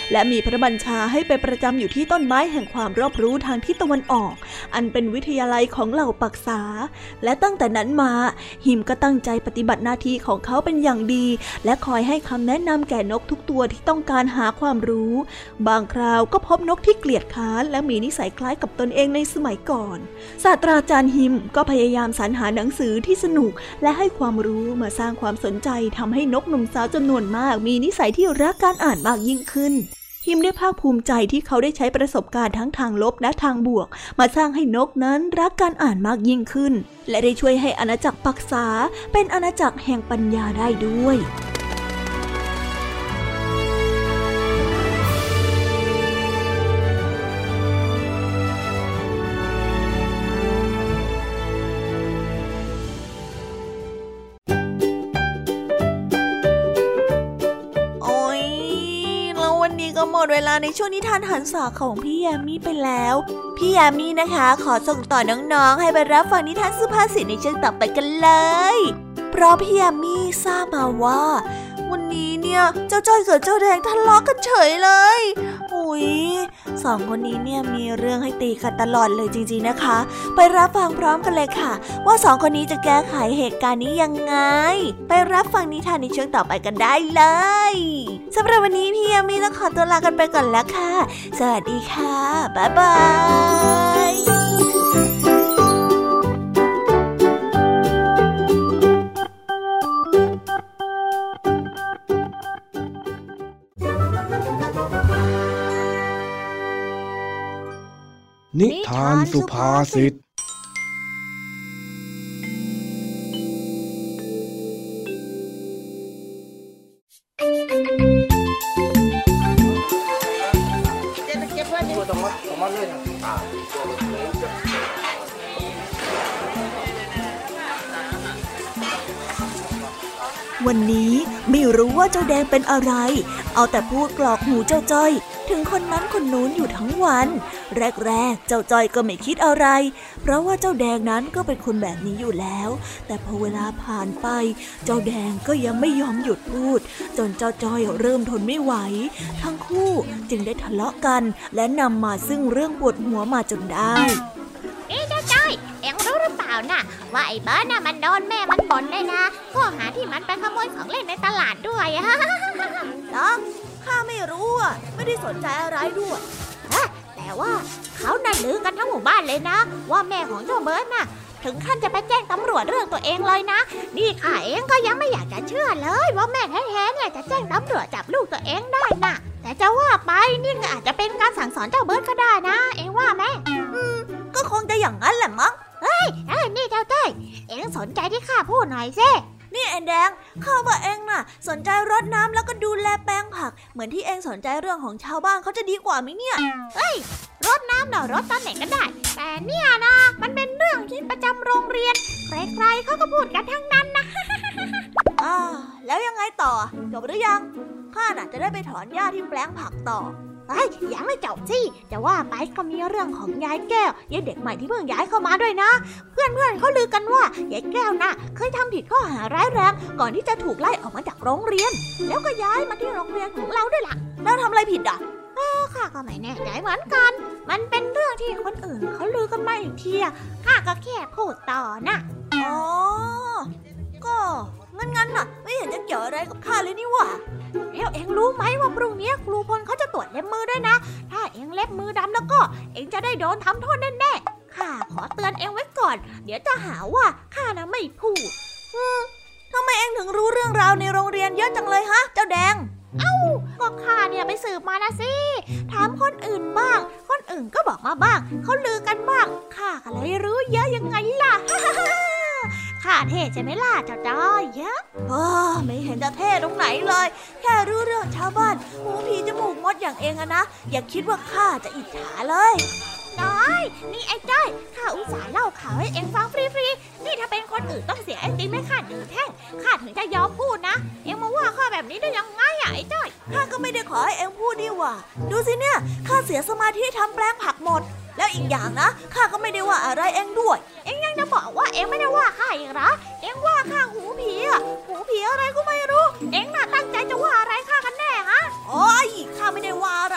และมีพระบัญชาให้ไปประจำอยู่ที่ต้นไม้แห่งความรอบรู้ทางทิศตะวันออกอันเป็นวิทยาลัยของเหล่าปักษาและตั้งแต่นั้นมาหิมก็ตั้งใจปฏิบัติหน้าที่ของเขาเป็นอย่างดีและคอยให้คำแนะนำแก่นกทุกตัวที่ต้องการหาความรู้บางคราวก็พบนกที่เกลียดค้านและมีนิสัยคล้ายกับตนเองในสมัยก่อนศาสตราจารย์หิมก็พยายามสรรหาหนังสือที่สนุกและให้ความรู้มาสร้างความสนใจทำให้นกหนุ่มสาวจำนวนมากมีนิสัยที่รักการอ่านมากยิ่งขึ้นหิมได้ภาคภูมิใจที่เขาได้ใช้ประสบการณ์ทั้งทางลบและทางบวกมาสร้างให้นกนั้นรักการอ่านมากยิ่งขึ้นและได้ช่วยให้อาณาจักรปักษาเป็นอาณาจักรแห่งปัญญาได้ด้วยก็หมดเวลาในช่วงนิทานหันษาของพี่แยมมี่ไปแล้วพี่แยมมี่นะคะขอส่งต่อน้องๆให้ไปรับฟังนิทานสุภาษิตในช่วงต่อไปกันเลยเพราะพี่แยมมี่ทราบมาว่าวันนี้เนี่ยเจ้าจ้อยกับเจ้าแดงทะเลาะกันเฉยเลยสองคนนี้เนี่ยมีเรื่องให้ตีกันตลอดเลยจริงๆนะคะไปรับฟังพร้อมกันเลยค่ะว่าสองคนนี้จะแก้ไขเหตุการณ์นี้ยังไงไปรับฟังนิทานในช่วงต่อไปกันได้เลยสำหรับวันนี้พี่แยมมี่ต้องขอตัวลากันไปก่อนแล้วค่ะสวัสดีค่ะบ๊ายบายนิทานสุภาษิตวันนี้ไม่รู้ว่าเจ้าแดงเป็นอะไรเอาแต่พูดกรอกหูเจ้าจ้อยถึงคนนั้นคนนู้นอยู่ทั้งวันแรกๆเจ้าจ้อยก็ไม่คิดอะไรเพราะว่าเจ้าแดงนั้นก็เป็นคนแบบนี้อยู่แล้วแต่พอเวลาผ่านไปเจ้าแดงก็ยังไม่ยอมหยุดพูดจนเจ้าจ้อยเริ่มทนไม่ไหวทั้งคู่จึงได้ทะเลาะกันและนำมาซึ่งเรื่องปวดหัวมาจนได้เจ้าจ้อยเอ็งรู้หรือเปล่าน่ะว่าไอ้บ้านน่ะมันโดนแม่มันบ่นเลยนะข้อหาที่มันไปขโมยของเล่นในตลาดด้วยอะน้องข้าไม่รู้อ่ะไม่ได้สนใจอะไรด้วยแต่ว่าเขาน่ะลือกันทั้งหมู่บ้านเลยนะว่าแม่ของเจ้าเบิร์ดน่ะถึงขั้นจะไปแจ้งตำรวจเรื่องตัวเองเลยนะนี่ข้าเองก็ยังไม่อยากจะเชื่อเลยว่าแม่แท้ๆเนี่ยจะแจ้งตำรวจจับลูกตัวเองได้น่ะแต่จะว่าไปนี่อาจจะเป็นการสั่งสอนเจ้าเบิร์ดก็ได้นะเองว่าไหมก็คงจะอย่างนั้นแหละมั้งเฮ้ยนี่เจ้าเต้ยเอ็งสนใจที่ข้าพูดหน่อยสินี่เอ็งแดงข้าว่าเอ็งน่ะสนใจรดน้ำแล้วก็ดูแลแปลงผักเหมือนที่เอ็งสนใจเรื่องของชาวบ้านเขาจะดีกว่าไหมเนี่ยเฮ้ยรดน้ำรดตอนไหนก็ได้แต่เนี่ยนะมันเป็นเรื่องที่ประจำโรงเรียนใครๆเขาก็พูดกันทั้งนั้นนะแล้วยังไงต่อจบหรือยังข้าน่ะจะได้ไปถอนหญ้าที่แปลงผักต่อยังไม่จบสิจะว่าไปก็มีเรื่องของยายแก้วยายเด็กใหม่ที่เพิ่งย้ายเข้ามาด้วยนะเพื่อนเขาลือกันว่ายายแก้วน่ะเคยทำผิดข้อหาร้ายแรงก่อนที่จะถูกไล่ออกมาจากโรงเรียนแล้วก็ย้ายมาที่โรงเรียนของเราด้วยล่ะแล้วทำอะไรผิดอ่ะข้าก็ไม่แน่ใจเหมือนกันมันเป็นเรื่องที่คนอื่นเขาลือกันมาอีกทีข้าก็แค่พูดต่อนะก็งั้นน่ะไม่เห็นจะเกี่ยวอะไรกับข้าเลยนี่หว่าแล้วเอ็งรู้ไหมว่าพรุ่งนี้ครูพลเขาจะตรวจเล็บมือด้วยนะถ้าเอ็งเล็บมือดำแล้วก็เอ็งจะได้โดนทำโทษแน่ๆข้าขอเตือนเอ็งไว้ก่อนเดี๋ยวจะหาว่าข้านะไม่พูดทำไมเอ็งถึงรู้เรื่องราวในโรงเรียนเยอะจังเลยฮะเจ้าแดงก็ข้าเนี่ยไปสืบมานะสิถามคนอื่นบ้างคนอื่นก็บอกมาบ้างเขาลือกันบ้างข้าก็เลยรู้เยอะยังไงล่ะ ข้าเท่ใช่ไหมล่ะเจ้าจ้อยเยอะไม่เห็นจะเท่ตรงไหนเลยแค่รู้เรื่องชาวบ้านหูผีจมูกมดอย่างเองอะนะอย่าคิดว่าข้าจะอิจฉาเลยน้อยนี่ไอ้จ้อยข้าอุตส่าห์เล่าข่าวให้เอ็งฟังฟรีๆนี่ถ้าเป็นคนอื่นต้องเสียไอติมให้ข้า1 แท่งข้าถึงจะยอมพูดนะเอ็งมาว่าข้าแบบนี้ได้ยังไงไอ้จ้อยข้าก็ไม่ได้ขอให้เอ็งพูดนี่หว่าดูสิเนี่ยข้าเสียสมาธิทำแปลงผักหมดแล้วอีกอย่างนะข้าก็ไม่ได้ว่าอะไรเอ็งด้วยเอ็งยังจะบอกว่าเอ็งไม่ได้ว่าข้าอีกเหรอเอ็งว่าข้าหูผีหูผีอะไรก็ไม่รู้เอ็งน่ะตั้งใจจะว่าอะไรข้ากันแน่ฮะข้าไม่ได้ว่า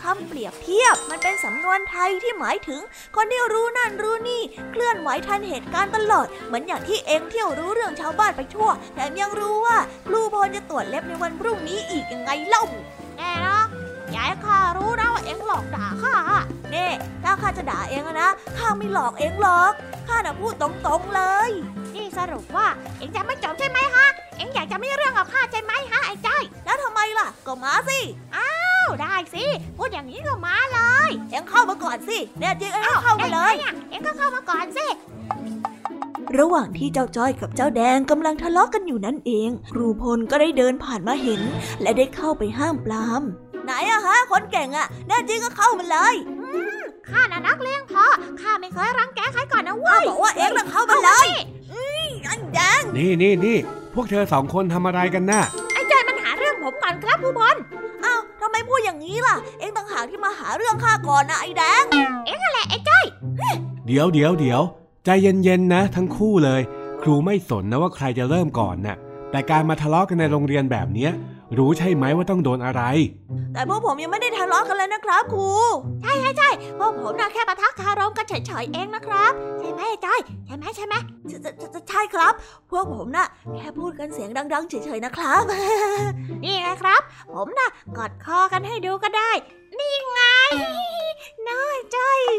ำเปรียบเทียบมันเป็นสำนวนไทยที่หมายถึงคนที่รู้นั่นรู้นี่เคลื่อนไหวทันเหตุการณ์ตลอดเหมือนอย่างที่เองเที่ยวรู้เรื่องชาวบ้านไปทั่วแถมยังรู้ว่าครูพลจะตรวจเล็บในวันพรุ่งนี้อีกยังไงเล่าแน่นะยายข้ารู้นะว่าเอ็งหลอกด่าข้าเน่ถ้าข้าจะด่าเองนะข้าไม่หลอกเองหรอกข้าน่ะพูดตรงๆเลยนี่สรุปว่าเอ็งจะไม่จบใช่ไหมฮะเอ็งอยากจะไม่เรื่องกับข้าใช่ไหมฮะไอ้จ้อยแล้วทำไมล่ะก็มาสิอ้าวได้สิพูดอย่างนี้ก็มาเลยเอ็งเข้ามาก่อนสิแน่จริงเอ็งเข้ามาเลยเอ็งก็เข้ามาก่อนสิระหว่างที่เจ้าจ้อยกับเจ้าแดงกำลังทะเลาะกันอยู่นั่นเองครูพลก็ได้เดินผ่านมาเห็นและได้เข้าไปห้ามปรามไหนอะฮะคนเก่งอะแน่จริงก็เข้ามาเลยข้าน่ะนักเลงพอข้าไม่เคยรังแกใครก่อนนะเว้ยบอกว่าเอ็งน่ะเข้ามาเลยอันแดงนี่พวกเธอ2 คนทำอะไรกันน่ะไอ้จ้อยมันหาเรื่องผมก่อนครับผู้พลอ้าวทำไมพูดอย่างนี้ล่ะเอ็งต่างหากที่มาหาเรื่องข้าก่อนนะไอ้แดงเอ็งอะไรไอ้จ้อยเดี๋ยวใจเย็นๆนะทั้งคู่เลยครูไม่สนนะว่าใครจะเริ่มก่อนน่ะแต่การมาทะเลาะกันในโรงเรียนแบบนี้รู้ใช่ไหมว่าต้องโดนอะไรแต่พวกผมยังไม่ได้ทะเลาะกันเลยนะครับครูใช่พวกผมน่ะแค่ปะทะคารมกันเฉยๆเองนะครับใช่ไหมจ้อยใช่ไหมใช่ครับพวกผมน่ะแค่พูดกันเสียงดังๆเฉยๆนะครับนี่ไงครับผมน่ะกอดคอกันให้ดูก็ได้นี่ไงน้อยจ้อย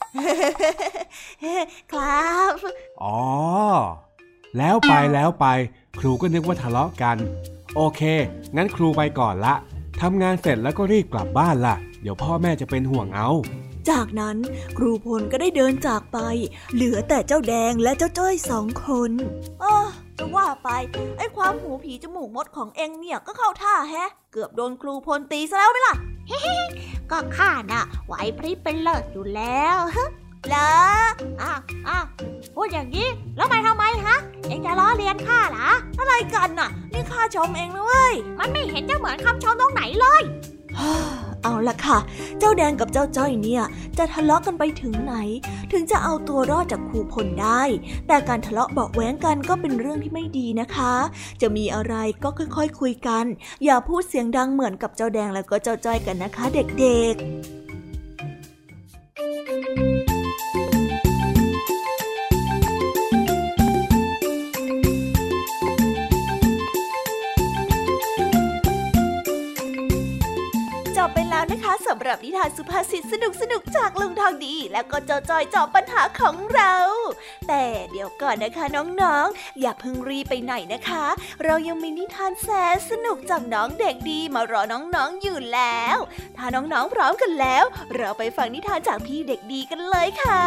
ครับอ๋อแล้วไปครูก็นึกว่าทะเลาะกันโอเคงั้นครูไปก่อนละทำงานเสร็จแล้วก็รีบกลับบ้านล่ะเดี๋ยวพ่อแม่จะเป็นห่วงเอาจากนั้นครูพลก็ได้เดินจากไปเหลือแต่เจ้าแดงและเจ้าจ้อย2 คนจะว่าไปไอ้ความหูผีจมูกมดของเอ็งเนี่ยก็เข้าท่าแฮะเกือบโดนครูพลตีซะแล้วไหมล่ะก็ข้าน่ะไหวพริบเป็นเลิศอยู่แล้วแล้วพูดอย่างนี้แล้วไปทำไมฮะเอ็งจะล้อเลียนข้าเหรออะไรกันน่ะนี่ข้าชมเองนะเว้ยมันไม่เห็นจะเหมือนคำชมตรงไหนเลยเอาล่ะค่ะเจ้าแดงกับเจ้าจ้อยเนี่ยจะทะเลาะกันไปถึงไหนถึงจะเอาตัวรอดจากครูพลได้แต่การทะเลาะเบาะแว้งกันก็เป็นเรื่องที่ไม่ดีนะคะจะมีอะไรก็ค่อยๆคุยกันอย่าพูดเสียงดังเหมือนกับเจ้าแดงแล้วก็เจ้าจ้อยกันนะคะเด็กๆไปแล้วนะคะสำหรับนิทานสุภาษิตสนุกๆจากลุงทองดีและก็เจ้าจ้อยจอบปัญหาของเราแต่เดี๋ยวก่อนนะคะน้องๆอย่าเพิ่งรีบไปไหนนะคะเรายังมีนิทานแสนสนุกจากน้องเด็กดีมารอน้องๆอยู่แล้วถ้าน้องๆพร้อมกันแล้วเราไปฟังนิทานจากพี่เด็กดีกันเลยค่ะ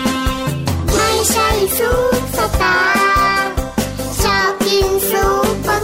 ซูเปอร์สตาร์ชอบกินซูเปอ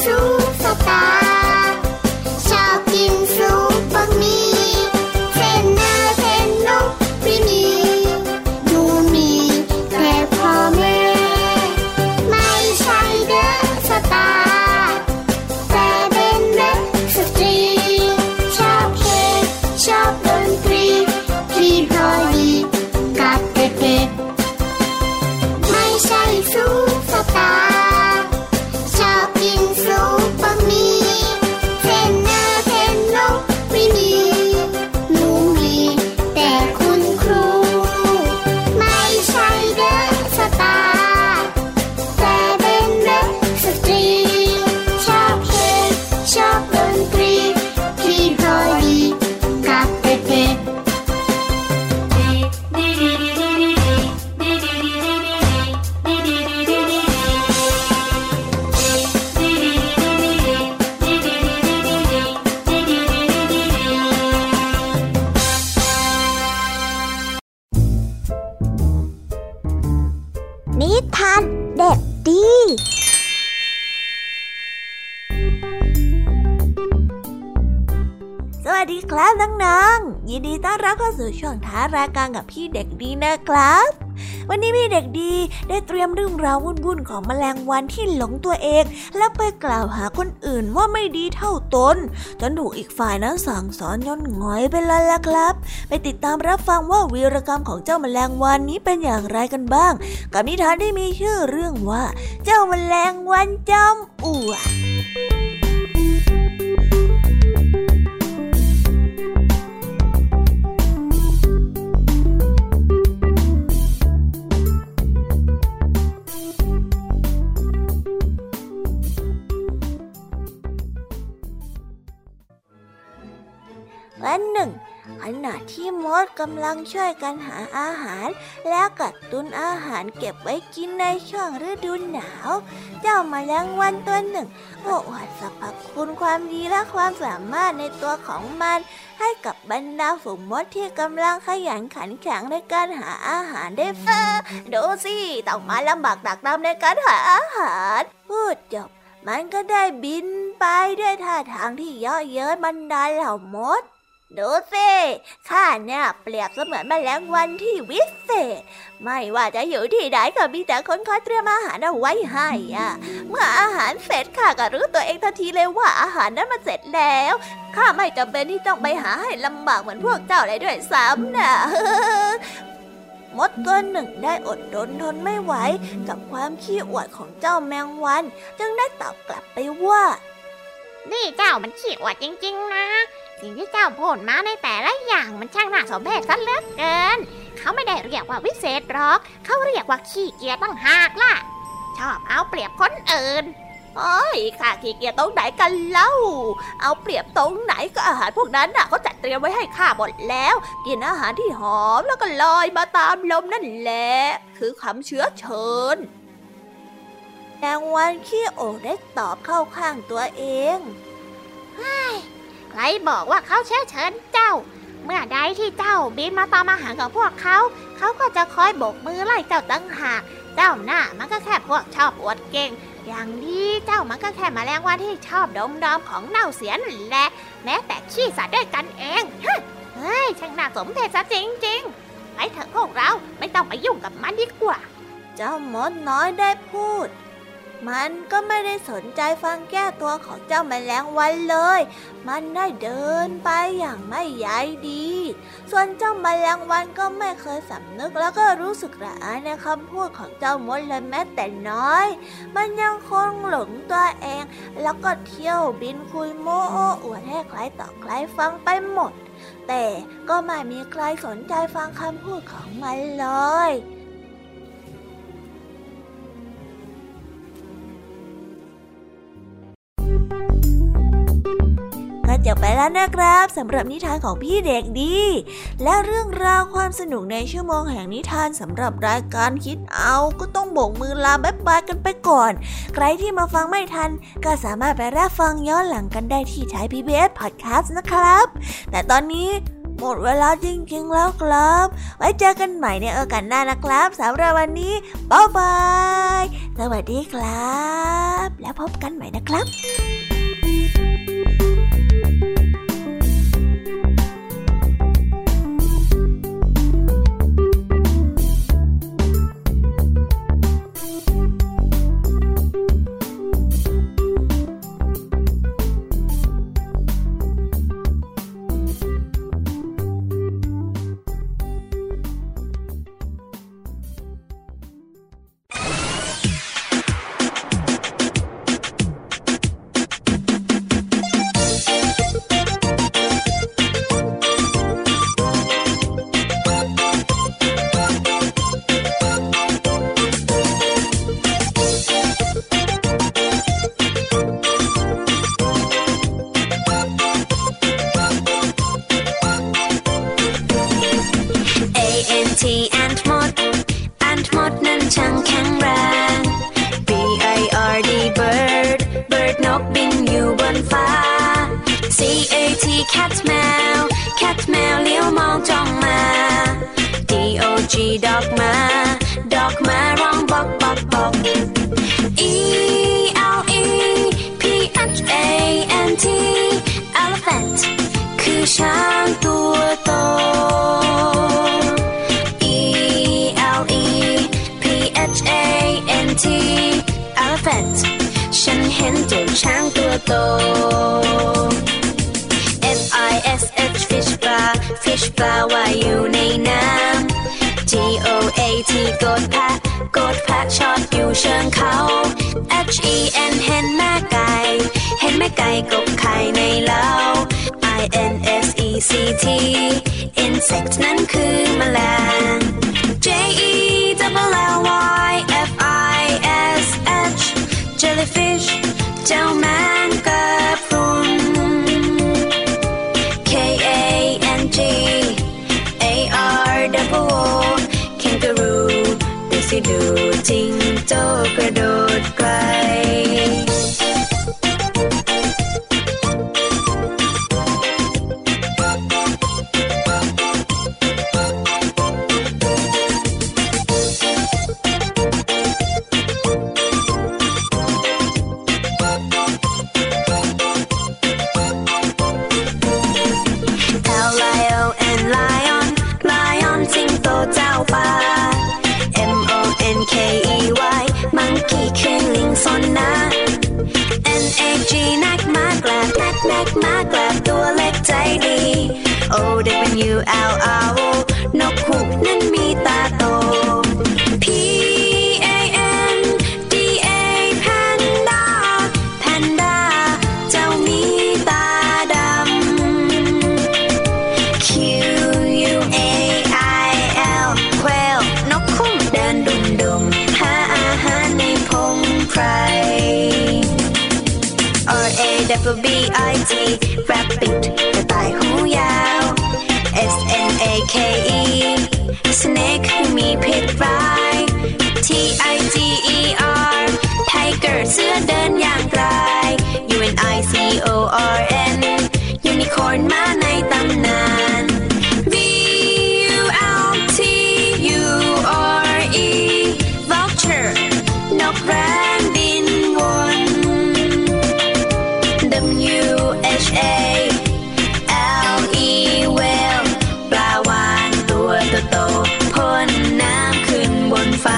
ซุปสตาร์ชอบกินซุปบะหมี่เส้นหน้าเส้นนกไม่มีหนูมีแต่พ่อแม่ไม่ใช่เดอะสตาร์แต่เป็นนักสตรีชอบเพลงชอบดนตรีที่พอดีกับเด็กๆไม่ใช่ซุปสตาร์ชอบกินซุปบะหมี่เส้นหน้าเส้นนกไม่มีหนูมีแต่คุณครูไม่ใช่เดอะสตาร์แต่เป็นนักสตรีชอบเพลงชอบดนตรีที่พอดีกับเด็กๆนิทานเด็กดี สวัสดีครับน้องๆยินดีต้อนรับเข้าสู่ช่วงท้ารายการกับพี่เด็กดีนะครับ วันนี้พี่เด็กดีได้เตรียมเรื่องราววุ่นๆของแมลงวันที่หลงตัวเองและไปกล่าวหาคนอื่นว่าไม่ดีเท่าตนจนถูกอีกฝ่ายนั้นสั่งสอนจนหงอยไปเลยล่ะครับไปติดตามรับฟังว่าวีรกรรมของเจ้าแมลงวันนี้เป็นอย่างไรกันบ้างกับนิทานที่มีชื่อเรื่องว่าเจ้าแมลงวันจอมอวดวันหนึ่งขณะที่มดกำลังช่วยกันหาอาหารและกักตุนอาหารเก็บไว้กินในช่วงฤดูหนาวเจ้าแมลงวันตัวหนึ่งก็อวดสรรพคุณความดีและความสามารถในตัวของมันให้กับบรรดาฝูงมดที่กำลังขยันขันแข็งในการหาอาหารได้ดูสิต้องมาลำบากตากตำในการหาอาหารพูดจบมันก็ได้บินไปด้วยท่าทางที่เยาะเย้ยบรรดาเหล่ามดดูสิข้าเนี่ยเปรียบเสมือนแมลงวันที่วิเศษไม่ว่าจะอยู่ที่ไหนก็มีแต่คนคอยเตรียมอาหารเอาไว้ให้เมื่ออาหารเสร็จข้าก็รู้ตัวเองทันทีเลยว่าอาหารนั้นมันเสร็จแล้วข้าไม่จำเป็นที่ต้องไปหาให้ลำบากเหมือนพวกเจ้าเลยด้วยซ้ำนะมดตัวหนึ่งได้อดทนไม่ไหวกับความขี้อวดของเจ้าแมงวันจึงได้ตอบกลับไปว่านี่เจ้ามันขี้อวดจริงๆนะสิ่งที่เจ้าพูดมาในแต่ละอย่างมันช่างน่าสมเพชซะเหลือเกินเขาไม่ได้เรียกว่าวิเศษหรอกเขาเรียกว่าขี้เกียจตั้งหากล่ะชอบเอาเปรียบคนอื่นโอ้ยข้าขี้เกียจตรงไหนกันเล่าเอาเปรียบตรงไหนก็อาหารพวกนั้นน่ะเขาจัดเตรียมไว้ให้ข้าหมดแล้วกินอาหารที่หอมแล้วก็ลอยมาตามลมนั่นแหละคือคำเชื้อเชิญแมลงวันขี้โอได้ตอบเข้าข้างตัวเองใครบอกว่าเขาเชื้อเชิญเจ้าเมื่อใดที่เจ้าบินมาตามอาหารของพวกเขาก็จะคอยโบกมือไล่เจ้าตั้งหากเจ้าหน้ามันก็แค่พวกชอบอวดเก่งอย่างนี้เจ้ามันก็แค่แมลงวันที่ชอบดมของเน่าเสียนั่นแหละแม้แต่ขี้สัตว์ด้วยกันเองเฮ้ยช่างน่าสมเพชซะจริงๆไปเถอะพวกเราไม่ต้องไปยุ่งกับมันดีกว่าเจ้ามดน้อยได้พูดมันก็ไม่ได้สนใจฟังแก้ตัวของเจ้าแมลงวันเลยมันได้เดินไปอย่างไม่ใยดีส่วนเจ้าแมลงวันก็ไม่เคยสำนึกแล้วก็รู้สึกละอายในคำพูดของเจ้ามดเลยแม้แต่น้อยมันยังคงหลงตัวเองแล้วก็เที่ยวบินคุยโม้โอ้อวดให้ใครต่อใครฟังไปหมดแต่ก็ไม่มีใครสนใจฟังคำพูดของมันเลยก็จบไปแล้วนะครับสำหรับนิทานของพี่เด็กดีและเรื่องราวความสนุกในชั่วโมงแห่งนิทานสำหรับรายการคิดเอาก็ต้องโบกมือลาบ๊ายบายกันไปก่อนใครที่มาฟังไม่ทันก็สามารถไปรับฟังย้อนหลังกันได้ที่ Thai PBS Podcast นะครับแต่ตอนนี้หมดเวลาจริงๆแล้วครับไว้เจอกันใหม่ในโอกาสหน้านะครับสำหรับวันนี้บ๊ายบายสวัสดีครับและพบกันใหม่นะครับดอกมาร้องบอกบอกบอก ELEPHANT elephant คือช้างตัวโต ELEPHANT elephant ฉันเห็นเจ้าช้างตัวโต FISH fish ปลาว่ายอยู่ในน้ำGOAT โกดแพะชอดอยู่เชิงเขา HEN เห็นแม่ไก่กบไข่ในเล้า INSECT insect นั้นคือแมลง JELLYFISH jellyfish เจ้าแมงกะพรุน KANGAROO kangaroo ดูสิดูจิงโจ้กระโดดไกลmonkey คือลิงซนนะ NAG นักม้ากลาบตัวเล็กใจดี OWLR นกฮูกนั้นมีตาโต PANDA panda เจ้ามีตาดำ QUAIL quail นกคุ้มเดินดุ่มหาอาหารในพงไพร RABBIT rabbit กระต่ายหูยาว SNAKE snake มีพิษร้าย TIGER tiger เสือเดินอย่างไกล UNICORN unicorn มาในตำนาน VULTURE vulture นกแร้งบินวน WHALE whale ปลาวาฬตัวโตๆพ่นน้ำขึ้นบนฟ้า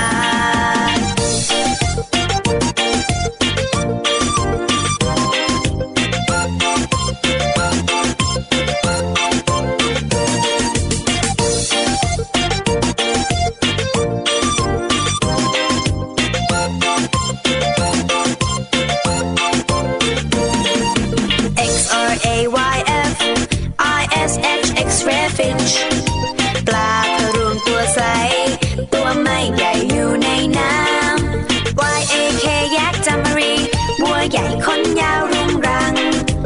X-ray fish ปลาพะรวงตัวใสตัวไม่ใหญ่อยู่ในน้ำ YAK ยักษ์จามรีบัวใหญ่ขนยาวรุงรัง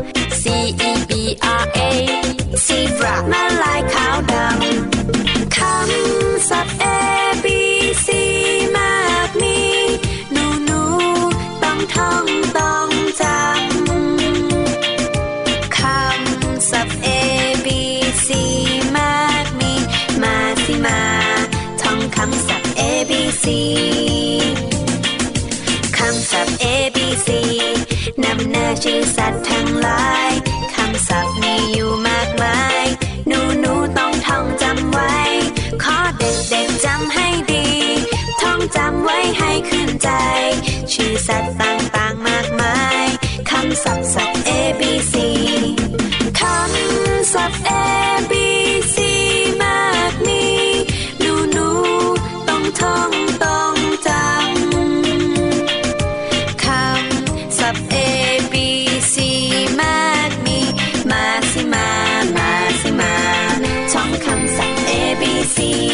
CEBRA zebra แม่ลายขาวดำคำศัพท์ ABC มากมีหนูต้องท่องต้องจำคำศัพท์ ABC มากมีมาสิมาท่องคำศัพท์ ABC คำศัพท์ ABC จีสัตว์ทั้งหลายคำศัพท์มีอยู่มากมายหนูต้องท่องจำไว้ขอเด็กๆจำให้ดีท่องจำไว้ให้ขึ้นใจชื่อสัตว์ต่างๆมากมายคำศัพท์A B C คำศัพท์ A B C มากมีหนูต้องท่องต้องจำคำศัพท์ A B C มากมีมาสิมาท่องคำศัพท์ A B C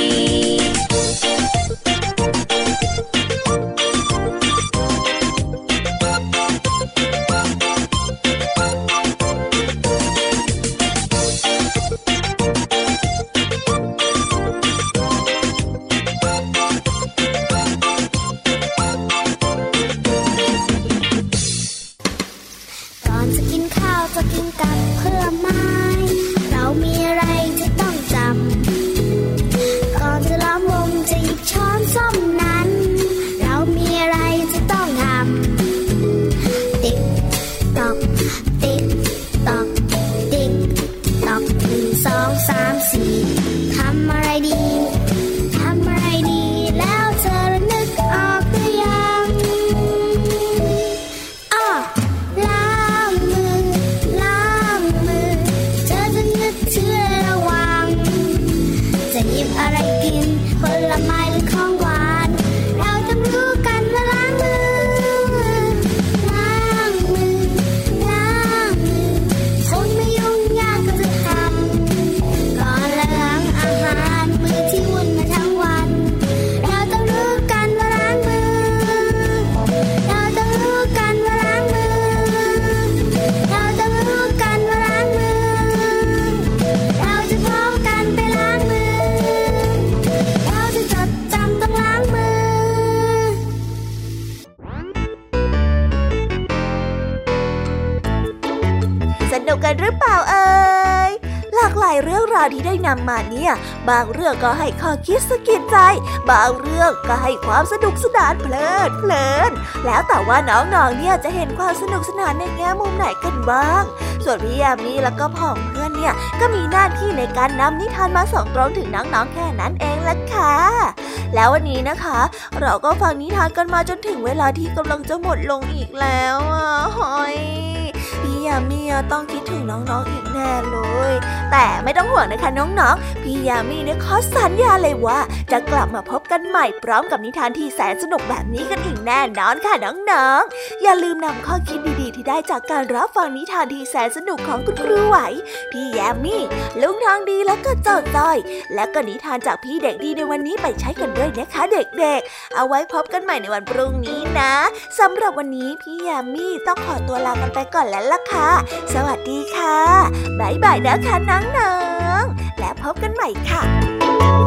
ที่ได้นำมาเนี่ยบางเรื่องก็ให้ข้อคิดสะกิดใจบางเรื่องก็ให้ความสนุกสนานเพลินแล้วแต่ว่าน้องๆเนี่ยจะเห็นความสนุกสนานในแง่มุมไหนกันบ้างส่วนพี่ยามีแล้วก็พ่องเพื่อนเนี่ยก็มีหน้าที่ในการนำนิทานมาส่งตรงถึงน้องๆแค่นั้นเองล่ะค่ะแล้ววันนี้นะคะเราก็ฟังนิทานกันมาจนถึงเวลาที่กำลังจะหมดลงอีกแล้วหอยพี่ยามีต้องคิดถึงน้องๆอีกแน่เลยแต่ไม่ต้องห่วงนะคะน้องๆพี่ยามีเนี่ยขอสัญญาเลยว่าจะกลับมาพบกันใหม่พร้อมกับนิทานที่แสนสนุกแบบนี้กันอีกแน่นอนค่ะน้องๆอย่าลืมนำข้อคิดดีๆที่ได้จากการรับฟังนิทานที่แสนสนุกของคุณครูไหวพี่ยามีลุงทองดีและก็เจ้าจ้อยและก็นิทานจากพี่เด็กดีในวันนี้ไปใช้กันด้วยนะคะเด็กๆเอาไว้พบกันใหม่ในวันพรุ่งนี้นะสำหรับวันนี้พี่ยามีต้องขอตัวลากันไปก่อนแล้วล่ะค่ะสวัสดีค่ะบ๊ายบายนะคะน้องๆและพบกันใหม่ค่ะ